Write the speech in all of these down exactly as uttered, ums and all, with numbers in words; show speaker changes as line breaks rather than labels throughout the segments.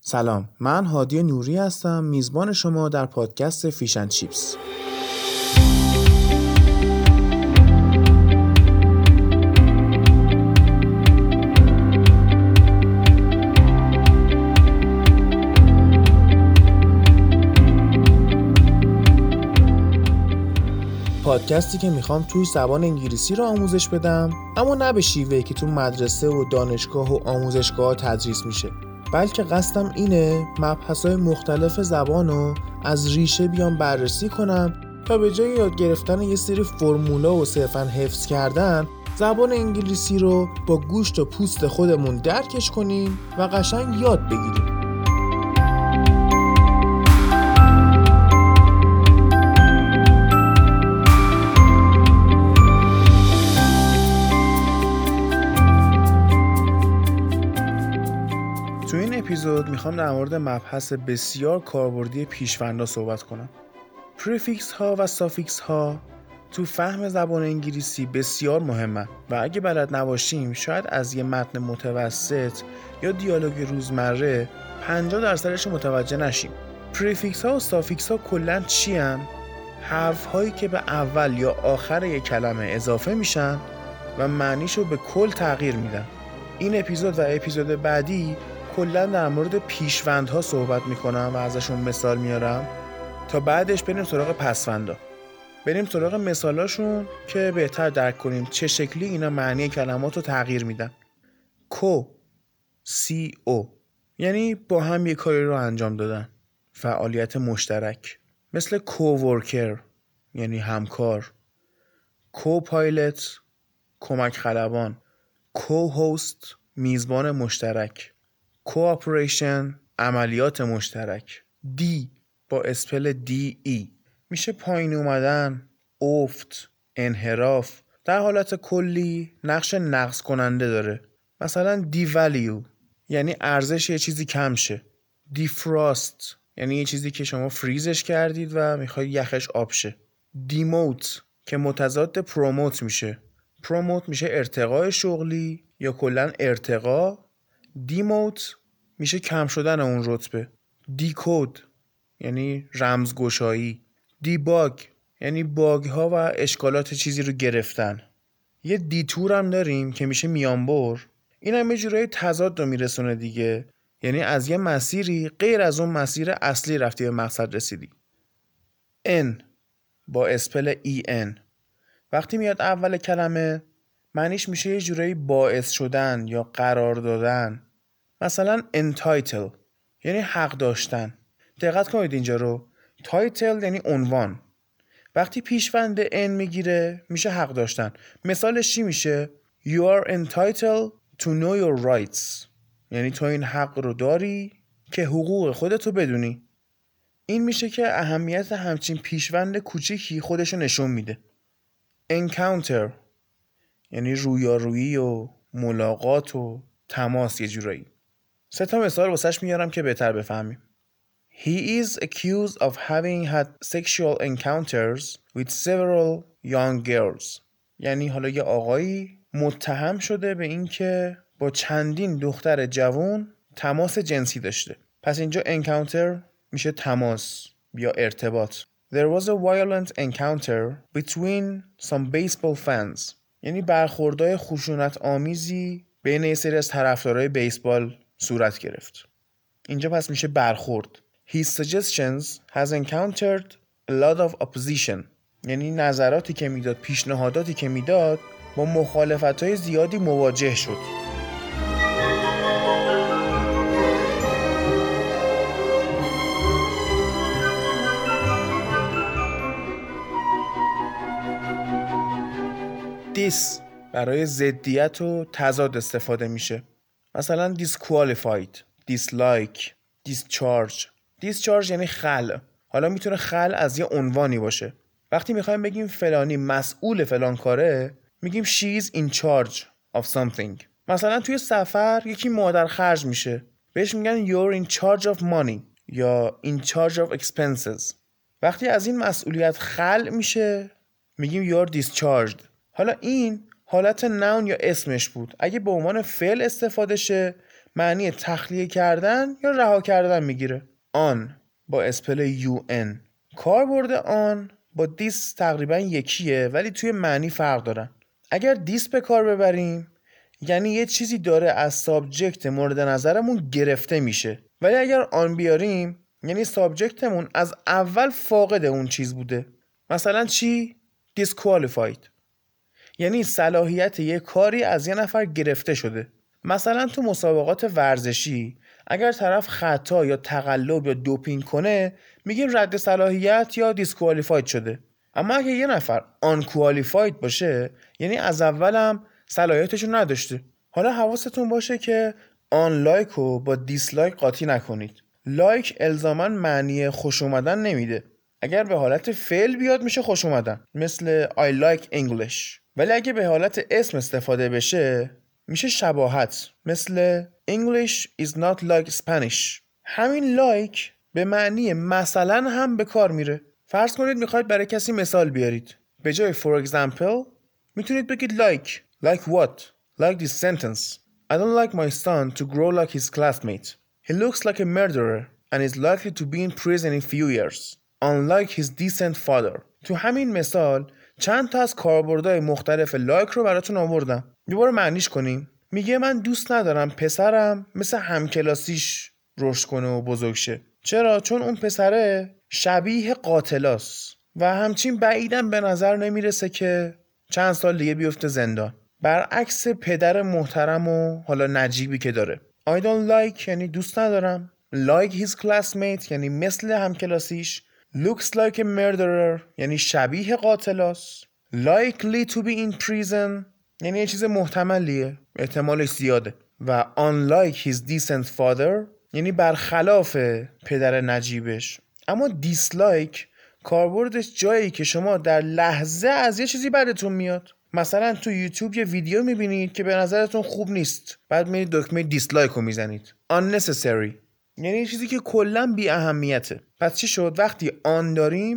سلام، من هادی نوری هستم، میزبان شما در پادکست فیش اند چیپس. پادکستی که میخوام توی زبان انگلیسی رو آموزش بدم، اما نه به شیوهی که تو مدرسه و دانشگاه و آموزشگاه تدریس میشه، بلکه قصدم اینه مبحث‌های مختلف زبان رو از ریشه بیام بررسی کنم تا به جای یاد گرفتن یه سری فرمولا و صرفاً حفظ کردن، زبان انگلیسی رو با گوشت و پوست خودمون درکش کنیم و قشنگ یاد بگیریم. تو این اپیزود میخوام در مورد مبحث بسیار کاربردی پیشوندها صحبت کنم. پریفیکس ها و سافیکس ها تو فهم زبان انگلیسی بسیار مهمه و اگه بلد نباشیم شاید از یه متن متوسط یا دیالوگ روزمره پنجاه درصدش متوجه نشیم. پریفیکس ها و سافیکس ها کلاً چی هن؟ حرف هایی که به اول یا آخر یک کلمه اضافه میشن و معنیشو به کل تغییر میدن. این اپیزود و اپیزود بعدی کلا در مورد پیشوندها صحبت میکنم و ازشون مثال میارم تا بعدش بریم سراغ پسوندا. بریم سراغ مثالاشون که بهتر درک کنیم چه شکلی اینا معنی کلمات رو تغییر میدن. کو سی او یعنی با هم یک کاری رو انجام دادن، فعالیت مشترک، مثل کوورکر یعنی همکار، کو پایلت کمک خلبان، کو هاست میزبان مشترک، کوآپریشن عملیات مشترک. دی با اسپل دی ای میشه پایین اومدن، افت، انحراف. در حالت کلی نقش نقص کننده داره. مثلا دی ولیو یعنی ارزش یه چیزی کم شه. دی فراست یعنی یه چیزی که شما فریزش کردید و میخوای یخش آب شه. دیموت که متضاد پروموت میشه. پروموت میشه ارتقای شغلی یا کلا ارتقا. دیموت میشه کم شدن اون رتبه. دیکود یعنی رمزگشایی. دیباگ یعنی باگ ها و اشکالات چیزی رو گرفتن. یه دیتور هم داریم که میشه میانبر. این هم یه جورای تضاد رو میرسونه دیگه، یعنی از یه مسیری غیر از اون مسیر اصلی رفتی به مقصد رسیدی. ان با اسپل ای ان وقتی میاد اول کلمه معنیش میشه یه جورایی باعث شدن یا قرار دادن. مثلا entitle یعنی حق داشتن. دقت کنید اینجا رو. تایتل یعنی عنوان. وقتی پیشوند ان میگیره میشه حق داشتن. مثالش چی میشه؟ You are entitled to know your rights یعنی تو این حق رو داری که حقوق خودتو بدونی. این میشه که اهمیت همچین پیشوند کوچیکی خودشو نشون میده. encounter یعنی رویارویی و ملاقات و تماس یه جورایی. سه تا مثال واسش میارم که بهتر بفهمیم. He is accused of having had sexual encounters with several young girls. یعنی حالا یه آقایی متهم شده به این که با چندین دختر جوان تماس جنسی داشته. پس اینجا encounter میشه تماس یا ارتباط. There was a violent encounter between some baseball fans. یعنی برخوردهای خشونت آمیزی بین یه سری از طرفدارای بیسبال صورت گرفت. اینجا پس میشه برخورد. His suggestions has encountered a lot of opposition. یعنی نظراتی که میداد، پیشنهاداتی که میداد با مخالفت‌های زیادی مواجه شد. Dis برای ضدیت و تضاد استفاده میشه. مثلا disqualified، dislike، discharge. discharge یعنی خلع. حالا میتونه خلع از یه عنوانی باشه. وقتی میخوایم بگیم فلانی مسئول فلان کاره میگیم she is in charge of something. مثلا توی سفر یکی مادر خرج میشه بهش میگن you're in charge of money یا in charge of expenses. وقتی از این مسئولیت خلع میشه میگیم you're discharged. حالا این حالت نون یا اسمش بود. اگه به عنوان فعل استفاده شه معنی تخلیه کردن یا رها کردن میگیره. آن با اسپل یو ان. کاربرد آن با دیس تقریبا یکیه ولی توی معنی فرق دارن. اگر دیس به کار ببریم یعنی یه چیزی داره از سابجکت مورد نظرمون گرفته میشه، ولی اگر آن بیاریم یعنی سابجکتمون از اول فاقد اون چیز بوده. مثلا چی؟ disqualified یعنی صلاحیت یه کاری از یه نفر گرفته شده. مثلا تو مسابقات ورزشی اگر طرف خطا یا تقلب یا دوپینگ کنه میگیم رد صلاحیت یا disqualified شده. اما اگه یه نفر unqualified باشه یعنی از اول هم صلاحیتشو نداشته. حالا حواستون باشه که آن لایک رو با دیسلایک قاطی نکنید. لایک الزاماً معنی خوش اومدن نمیده. اگر به حالت فعل بیاد میشه خوش اومدن، مثل I like English. ولی اگه به حالت اسم استفاده بشه میشه شباهت، مثل English is not like Spanish. همین لایک به معنی مثلا هم به کار میره. فرض کنید میخواید برای کسی مثال بیارید. به جای for example میتونید بگید like. Like what? Like this sentence. I don't like my son to grow like his classmates. He looks like a murderer and is likely to be in prison in few years. Unlike his decent father. تو همین مثال چند تا از کاربردهای مختلف لایک رو براتون آوردم. دوباره معنیش کنیم. میگه من دوست ندارم پسرم مثل همکلاسیش رشد کنه و بزرگ شه. چرا؟ چون اون پسره شبیه قاتلاست و همچین بعیدم به نظر نمیرسه که چند سال دیگه بیفته زندان. برعکس پدر محترم و حالا نجیبی که داره. I don't like یعنی دوست ندارم. Like his classmate یعنی مثل همکلاسیش. Looks like a murderer یعنی شبیه قاتلاست. Likely to be in prison یعنی یه چیز محتملیه، احتمالش زیاده. و unlike his decent father یعنی برخلاف پدر نجیبش. اما dislike کاربردش جایی که شما در لحظه از یه چیزی بدتون میاد. مثلا تو یوتیوب یه ویدیو میبینید که به نظرتون خوب نیست، بعد میرید دکمه دیسلایک رو میزنید. unnecessary یعنی یه چیزی که کلا بی اهمیته. پس چی شد؟ وقتی آن داریم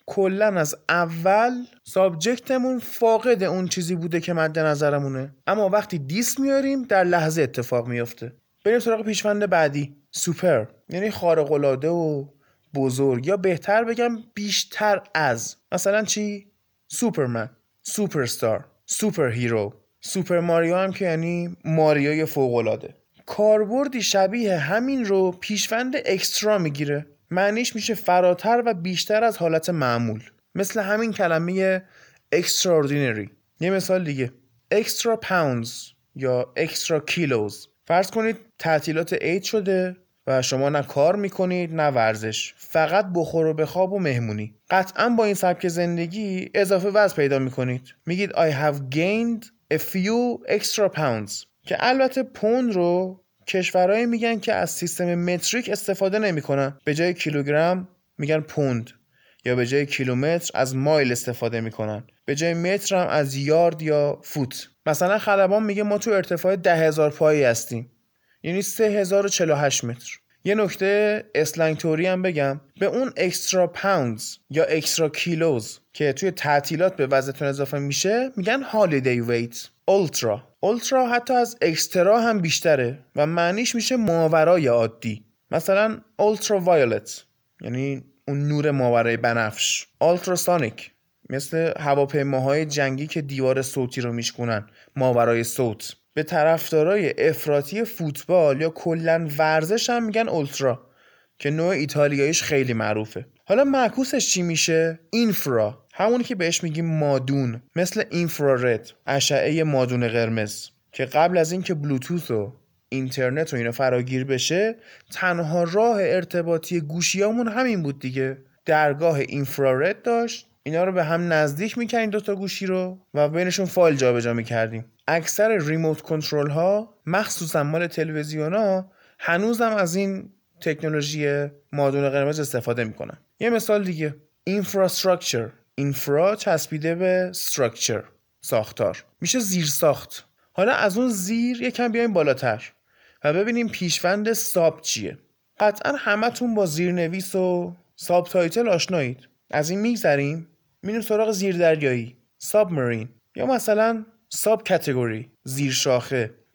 کلا از اول سابجکتمون فاقد اون چیزی بوده که مد نظرمونه، اما وقتی دیس میاریم در لحظه اتفاق میفته. بریم سراغ پیشوند بعدی. سوپر یعنی خارق العاده و بزرگ، یا بهتر بگم بیشتر از. مثلا چی؟ سوپرمن، سوپرستار، سوپر هیرو. سوپر ماریو هم که یعنی ماریوی فوق العاده. کاربردی شبیه همین رو پیشوند اکسترا میگیره. معنیش میشه فراتر و بیشتر از حالت معمول، مثل همین کلمه extraordinary. یه مثال دیگه extra pounds یا extra kilos. فرض کنید تعطیلات عید شده و شما نه کار میکنید نه ورزش، فقط بخور و بخواب و مهمونی. قطعا با این سبک زندگی اضافه وزن پیدا میکنید. میگید I have gained a few extra pounds، که البته پوند رو کشورهایی میگن که از سیستم متریک استفاده نمیکنن. به جای کیلوگرم میگن پوند، یا به جای کیلومتر از مایل استفاده میکنن، به جای متر هم از یارد یا فوت. مثلا خلبان میگه ما تو ارتفاع ده هزار پایی هستیم، یعنی سه هزار و چهل و هشت متر. یه نکته اسلنگ توری هم بگم، به اون اکسترا پاوندز یا اکسترا کیلوز که توی تعطیلات به وزنتون اضافه میشه میگن هالیدی ویت. اولترا اولترا حتی از اکسترا هم بیشتره و معنیش میشه ماورای عادی. مثلا اولترا وایولت یعنی اون نور ماورای بنفش. آلتراسونیک مثل هواپیماهای جنگی که دیوار صوتی رو میشکنن، ماورای صوت. به طرفدارای افراطی فوتبال یا کلن ورزش هم میگن اولترا که نوع ایتالیاییش خیلی معروفه. حالا معکوسش چی میشه؟ اینفرا، همونی که بهش میگیم مادون، مثل اینفرارد، اشعه مادون قرمز، که قبل از این که بلوتوث و اینترنت و اینا فراگیر بشه تنها راه ارتباطی گوشیامون همین بود دیگه. درگاه اینفرارد داشت، اینا رو به هم نزدیک میکنیم دوتا گوشی رو و بینشون فایل جابجا میکردیم. اکثر ریموت کنترل ها مخصوصا مال تلویزیون ها هنوزم از این تکنولوژی مادون قرمز استفاده میکنن. یه مثال دیگه اینفراستراکچر، اینفرا چسبیده به استراکچر، ساختار، میشه زیر ساخت. حالا از اون زیر یکم بیایم بالاتر و ببینیم پیشوند ساب چیه. قطعا همتون با زیرنویس و ساب تایتل آشنایید. از این میگذریم میریم سراغ زیردریایی، سابمرین، یا مثلا ساب کاتگوری، زیر شاخه.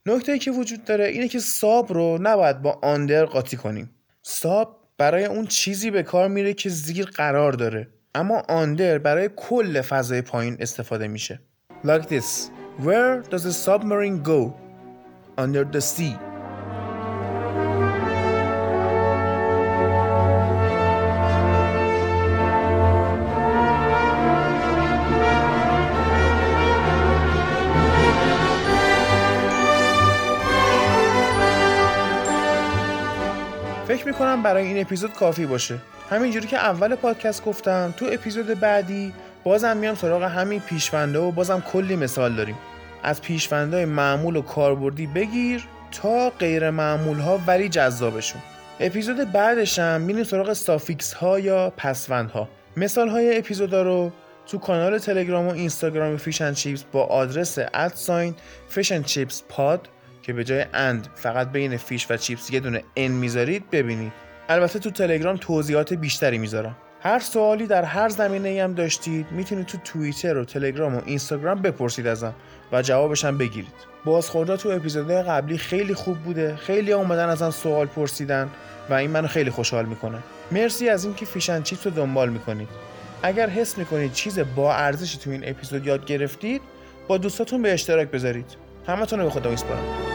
نکته‌ای که وجود داره اینه که ساب رو نباید با آندر قاطی کنیم. ساب برای اون چیزی به کار میره که زیر قرار داره، اما آندر برای کل فضای پایین استفاده میشه. Like this. Where does the submarine go? Under the sea. فکر میکنم برای این اپیزود کافی باشه. همینجوری که اول پادکست گفتم، تو اپیزود بعدی بازم میام سراغ همین پیشونده و بازم کلی مثال داریم. از پیشوندهای معمول و کاربردی بگیر تا غیر معمول ها ولی جذابشون. اپیزود بعدش هم میریم سراغ سافیکس ها یا پسوند ها. مثال های اپیزودا رو تو کانال تلگرام و اینستاگرام فیش اند چیپس با آدرس ات ساین فیش اند چیپس پاد که به جای اند فقط بین فیش و چیپس یه دونه ان میذارید ببینید. البته تو تلگرام توضیحات بیشتری میذارم. هر سوالی در هر زمینه‌ای هم داشتید میتونید تو توییتر و تلگرام و اینستاگرام بپرسید ازم و جوابش هم بگیرید. بازخوردها تو اپیزودهای قبلی خیلی خوب بوده. خیلی اومدن ازم سوال پرسیدن و این منو خیلی خوشحال میکنه. مرسی از اینکه فیش اند چیپس رو دنبال میکنید. اگر حس میکنید چیز با ارزشی تو این اپیزود یاد گرفتید، با دوستاتون به اشتراک بذارید. همتون رو به خدا میسپارم.